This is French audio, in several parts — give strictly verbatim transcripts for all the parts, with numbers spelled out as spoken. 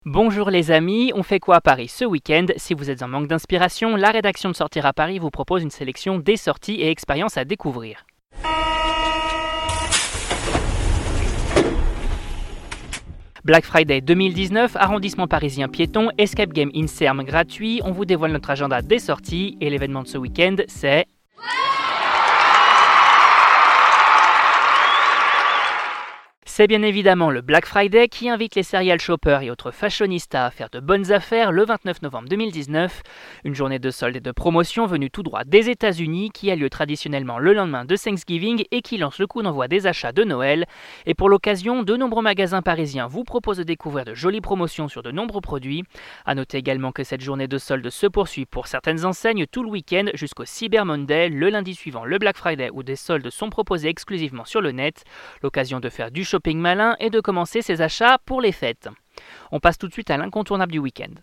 Bonjour les amis, on fait quoi à Paris ce week-end? Si vous êtes en manque d'inspiration, la rédaction de Sortir à Paris vous propose une sélection des sorties et expériences à découvrir. Black Friday deux mille dix-neuf, arrondissement parisien piéton, Escape Game Inserm gratuit, on vous dévoile notre agenda des sorties et l'événement de ce week-end c'est... C'est bien évidemment le Black Friday qui invite les serial shoppers et autres fashionistas à faire de bonnes affaires le vingt-neuf novembre deux mille dix-neuf, une journée de soldes et de promotion venue tout droit des États-Unis qui a lieu traditionnellement le lendemain de Thanksgiving et qui lance le coup d'envoi des achats de Noël. Et pour l'occasion, de nombreux magasins parisiens vous proposent de découvrir de jolies promotions sur de nombreux produits. A noter également que cette journée de soldes se poursuit pour certaines enseignes tout le week-end jusqu'au Cyber Monday, le lundi suivant le Black Friday où des soldes sont proposés exclusivement sur le net. L'occasion de faire du shopping malin et de commencer ses achats pour les fêtes. On passe tout de suite à l'incontournable du week-end.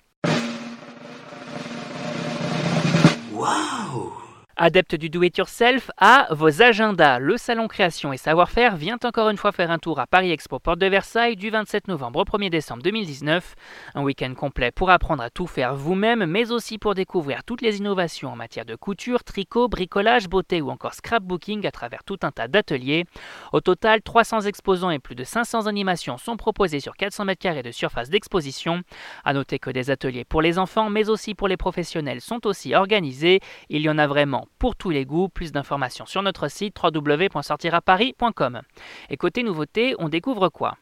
Wow! Adepte du do-it-yourself, à vos agendas, le salon création et savoir-faire vient encore une fois faire un tour à Paris Expo Porte de Versailles du vingt-sept novembre au premier décembre deux mille dix-neuf. Un week-end complet pour apprendre à tout faire vous-même, mais aussi pour découvrir toutes les innovations en matière de couture, tricot, bricolage, beauté ou encore scrapbooking à travers tout un tas d'ateliers. Au total, trois cents exposants et plus de cinq cents animations sont proposées sur quatre cents mètres carrés de surface d'exposition. A noter que des ateliers pour les enfants, mais aussi pour les professionnels sont aussi organisés. Il y en a vraiment pour tous les goûts. Plus d'informations sur notre site w w w point sortir à paris point com. Et côté nouveauté, on découvre quoi?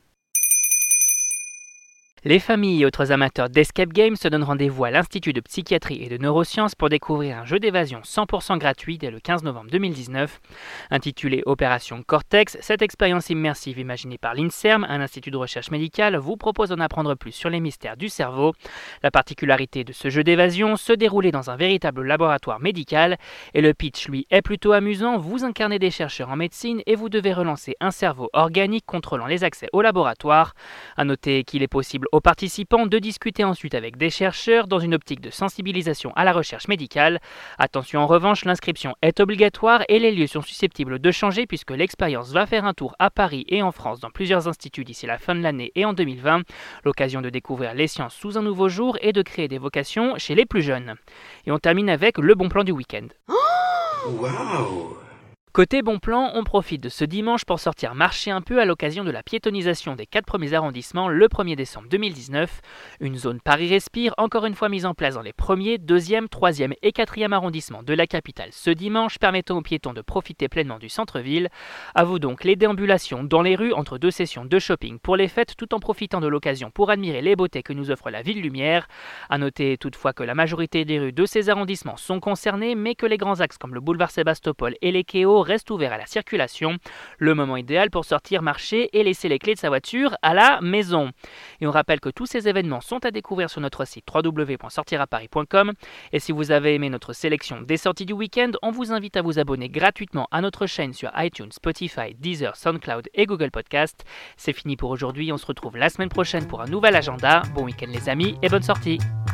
Les familles et autres amateurs d'escape game se donnent rendez-vous à l'Institut de psychiatrie et de neurosciences pour découvrir un jeu d'évasion cent pour cent gratuit dès le quinze novembre deux mille dix-neuf. Intitulé Opération Cortex, cette expérience immersive imaginée par l'Inserm, un institut de recherche médicale, vous propose d'en apprendre plus sur les mystères du cerveau. La particularité de ce jeu d'évasion, se dérouler dans un véritable laboratoire médical, et le pitch lui est plutôt amusant. Vous incarnez des chercheurs en médecine et vous devez relancer un cerveau organique contrôlant les accès au laboratoire. À noter qu'il est possible aux participants de discuter ensuite avec des chercheurs dans une optique de sensibilisation à la recherche médicale. Attention en revanche, l'inscription est obligatoire et les lieux sont susceptibles de changer puisque l'expérience va faire un tour à Paris et en France dans plusieurs instituts d'ici la fin de l'année et en deux mille vingt. L'occasion de découvrir les sciences sous un nouveau jour et de créer des vocations chez les plus jeunes. Et on termine avec le bon plan du week-end. Wow! Côté bon plan, on profite de ce dimanche pour sortir marcher un peu à l'occasion de la piétonisation des quatre premiers arrondissements le premier décembre deux mille dix-neuf. Une zone Paris Respire, encore une fois mise en place dans les premiers, deuxième, troisième et quatrième arrondissements de la capitale ce dimanche, permettant aux piétons de profiter pleinement du centre-ville. À vous donc les déambulations dans les rues entre deux sessions de shopping pour les fêtes, tout en profitant de l'occasion pour admirer les beautés que nous offre la ville lumière. A noter toutefois que la majorité des rues de ces arrondissements sont concernées, mais que les grands axes comme le boulevard Sébastopol et les Kéos reste ouvert à la circulation. Le moment idéal pour sortir marcher et laisser les clés de sa voiture à la maison. Et on rappelle que tous ces événements sont à découvrir sur notre site w w w point sortir à paris point com. Et si vous avez aimé notre sélection des sorties du week-end, on vous invite à vous abonner gratuitement à notre chaîne sur iTunes, Spotify, Deezer, SoundCloud et Google Podcast. C'est fini pour aujourd'hui, on se retrouve la semaine prochaine pour un nouvel agenda. Bon week-end les amis et bonne sortie!